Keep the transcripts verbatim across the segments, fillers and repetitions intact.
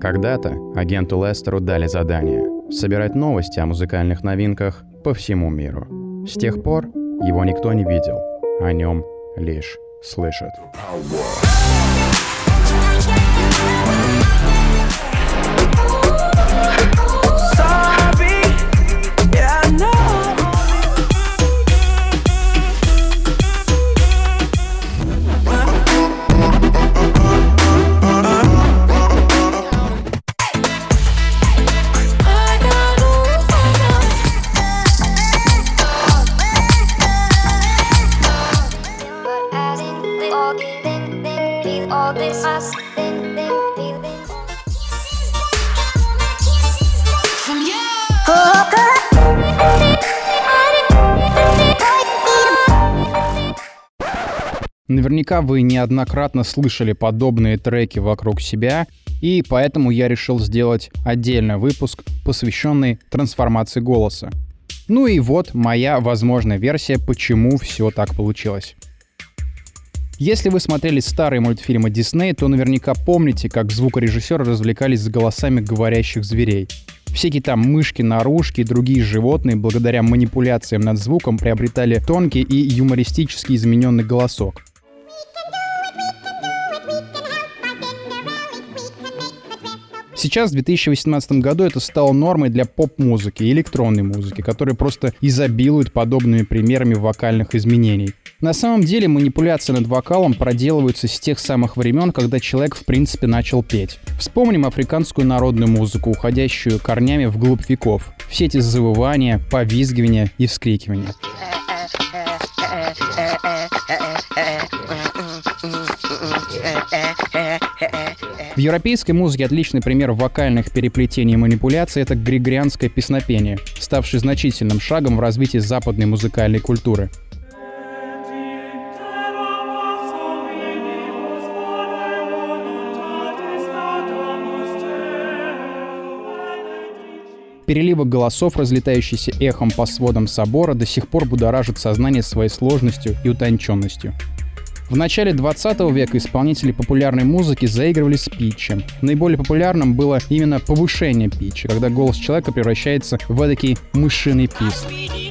Когда-то агенту Лестеру дали задание собирать новости о музыкальных новинках по всему миру. С тех пор его никто не видел, о нем лишь слышат. Наверняка вы неоднократно слышали подобные треки вокруг себя, и поэтому я решил сделать отдельный выпуск, посвященный трансформации голоса. Ну и вот моя возможная версия, почему все так получилось. Если вы смотрели старые мультфильмы Disney, то наверняка помните, как звукорежиссеры развлекались с голосами говорящих зверей. Всякие там мышки-нарушки и другие животные благодаря манипуляциям над звуком приобретали тонкий и юмористически измененный голосок. Сейчас, в две тысячи восемнадцатом году, это стало нормой для поп-музыки и электронной музыки, которые просто изобилуют подобными примерами вокальных изменений. На самом деле манипуляции над вокалом проделываются с тех самых времен, когда человек в принципе начал петь. Вспомним африканскую народную музыку, уходящую корнями вглубь веков. Все эти завывания, повизгивания и вскрикивания. В европейской музыке отличный пример вокальных переплетений и манипуляций — это григорианское песнопение, ставшее значительным шагом в развитии западной музыкальной культуры. Переливы голосов, разлетающиеся эхом по сводам собора, до сих пор будоражат сознание своей сложностью и утонченностью. В начале двадцатого века исполнители популярной музыки заигрывали с питчем. Наиболее популярным было именно повышение питча, когда голос человека превращается в эдакий мышиный писк.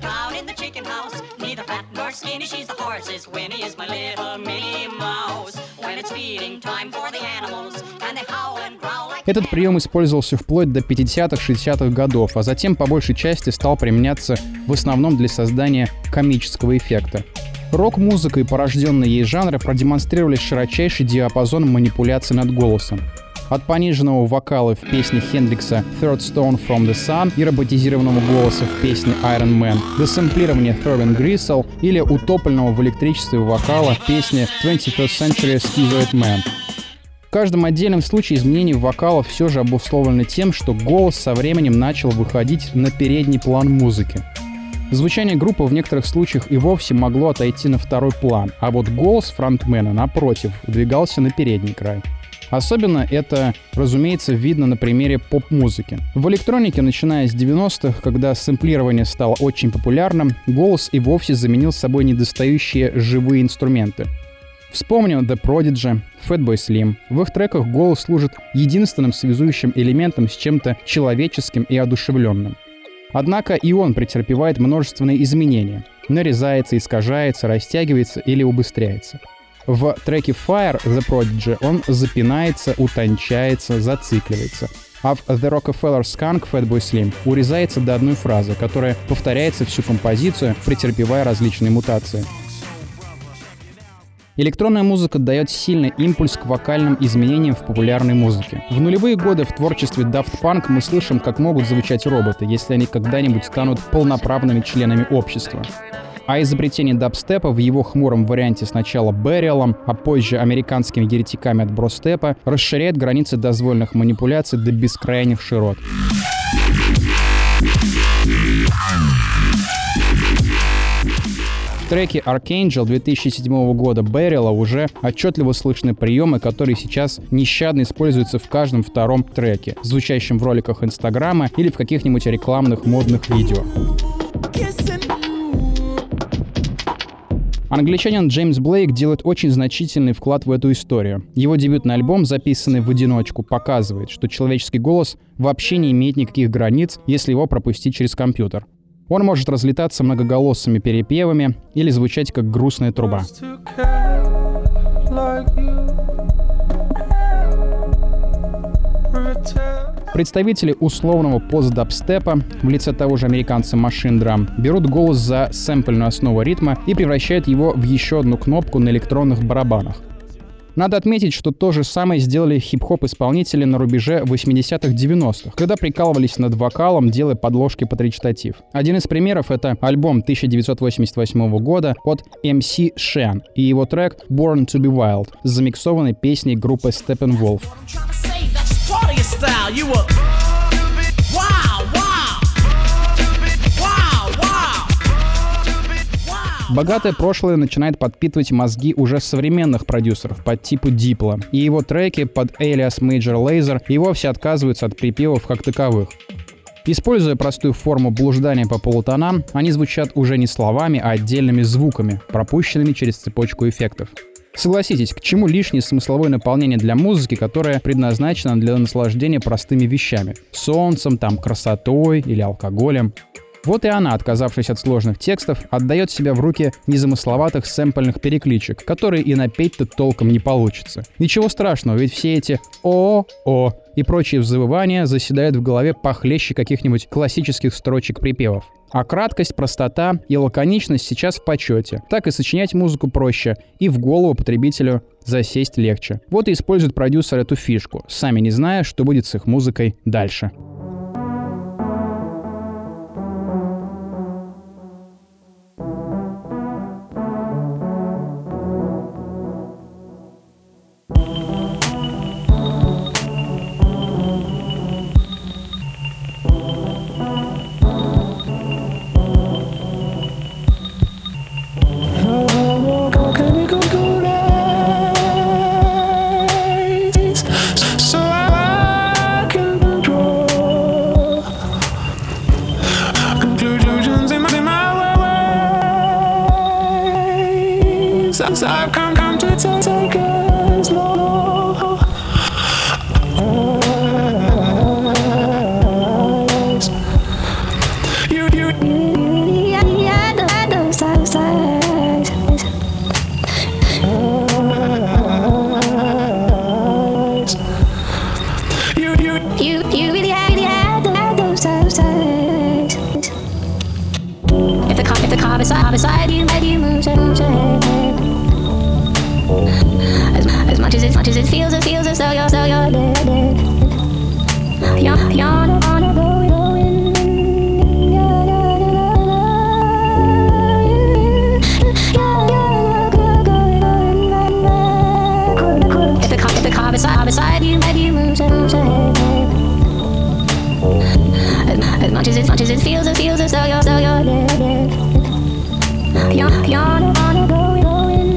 Этот прием использовался вплоть до пятидесятых-шестидесятых годов, а затем по большей части стал применяться в основном для создания комического эффекта. Рок-музыка и порожденные ей жанры продемонстрировали широчайший диапазон манипуляций над голосом. От пониженного вокала в песне Хендрикса «Third Stone from the Sun» и роботизированного голоса в песне «Iron Man» до сэмплирования «Throbbing Gristle» или утопленного в электричестве вокала в песне «twenty-first Century Schizoid Man». В каждом отдельном случае изменения вокала все же обусловлены тем, что голос со временем начал выходить на передний план музыки. Звучание группы в некоторых случаях и вовсе могло отойти на второй план, а вот голос фронтмена, напротив, удвигался на передний край. Особенно это, разумеется, видно на примере поп-музыки. В электронике, начиная с девяностых, когда сэмплирование стало очень популярным, голос и вовсе заменил собой недостающие живые инструменты. Вспомним The Prodigy, Fatboy Slim. В их треках голос служит единственным связующим элементом с чем-то человеческим и одушевленным. Однако и он претерпевает множественные изменения. Нарезается, искажается, растягивается или убыстряется. В треке Fire The Prodigy он запинается, утончается, зацикливается. А в The Rockefeller Skunk Fatboy Slim урезается до одной фразы, которая повторяется всю композицию, претерпевая различные мутации. Электронная музыка дает сильный импульс к вокальным изменениям в популярной музыке. В нулевые годы в творчестве Daft Punk мы слышим, как могут звучать роботы, если они когда-нибудь станут полноправными членами общества. А изобретение дабстепа в его хмуром варианте сначала Burial, а позже американскими еретиками от бростепа расширяет границы дозволенных манипуляций до бескрайних широт. В треке Archangel две тысячи седьмого года Burial уже отчетливо слышны приемы, которые сейчас нещадно используются в каждом втором треке, звучащем в роликах Инстаграма или в каких-нибудь рекламных модных видео. Англичанин Джеймс Блейк делает очень значительный вклад в эту историю. Его дебютный альбом, записанный в одиночку, показывает, что человеческий голос вообще не имеет никаких границ, если его пропустить через компьютер. Он может разлетаться многоголосыми перепевами или звучать как грустная труба. Представители условного пост-дабстепа в лице того же американца Machine Drum берут голос за сэмпельную основу ритма и превращают его в еще одну кнопку на электронных барабанах. Надо отметить, что то же самое сделали хип-хоп-исполнители на рубеже восьмидесятых-девяностых, когда прикалывались над вокалом, делая подложки под речитатив. Один из примеров — это альбом тысяча девятьсот восемьдесят восьмого года от эм си Shan и его трек «Born to be Wild» с замиксованной песней группы Steppenwolf. Богатое прошлое начинает подпитывать мозги уже современных продюсеров по типу Diplo, и его треки под alias Major Lazer и вовсе отказываются от припевов как таковых. Используя простую форму блуждания по полутонам, они звучат уже не словами, а отдельными звуками, пропущенными через цепочку эффектов. Согласитесь, к чему лишнее смысловое наполнение для музыки, которая предназначена для наслаждения простыми вещами — солнцем, там, красотой или алкоголем. Вот и она, отказавшись от сложных текстов, отдает себя в руки незамысловатых сэмпельных перекличек, которые и напеть-то толком не получится. Ничего страшного, ведь все эти «о-о» и прочие взвывания заседают в голове похлеще каких-нибудь классических строчек припевов. А краткость, простота и лаконичность сейчас в почете. Так и сочинять музыку проще, и в голову потребителю засесть легче. Вот и использует продюсер эту фишку, сами не зная, что будет с их музыкой дальше. I've come, come to take us low. You, you, yeah, yeah, those sides. You, you, you, you really had, had those sides. If the car, if the car beside, beside you, made you move, move, As, as much as it, much as it feels, it feels as though you're, so you're dead, dead. You're, you're on a, on a going, going. If the car, if the car beside, beside you, maybe you move, move, as, as much as it, much as it feels, it feels as though you're, so you're dead, dead. You're, you're on a, on a going, going.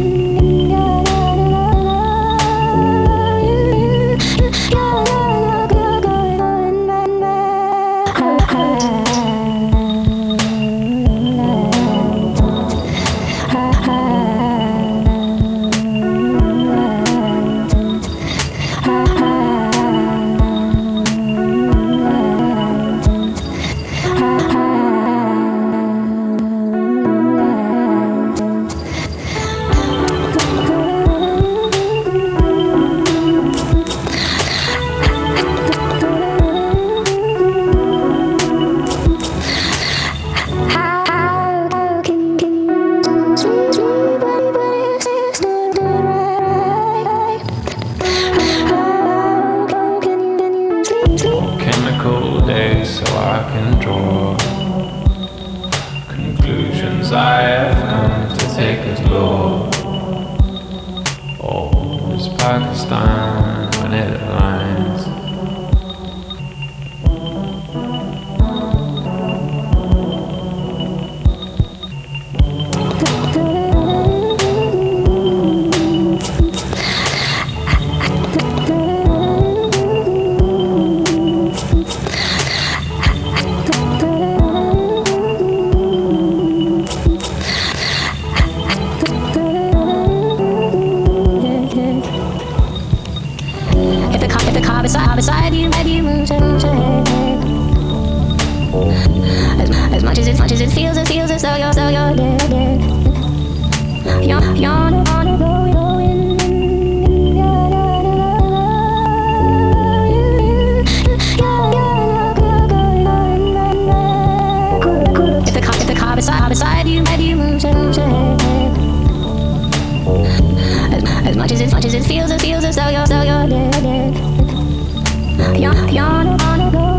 So I can draw conclusions I have come to take as law. Oh, it's Pakistan when it aligns. as though you're, so you're dead, dead. You're, you're wanna go, going. If the car, if the car beside, beside you, and you move, move, as, as much as as much as it feels, it feels as though you're, so you're dead, dead. You're, you're wanna go.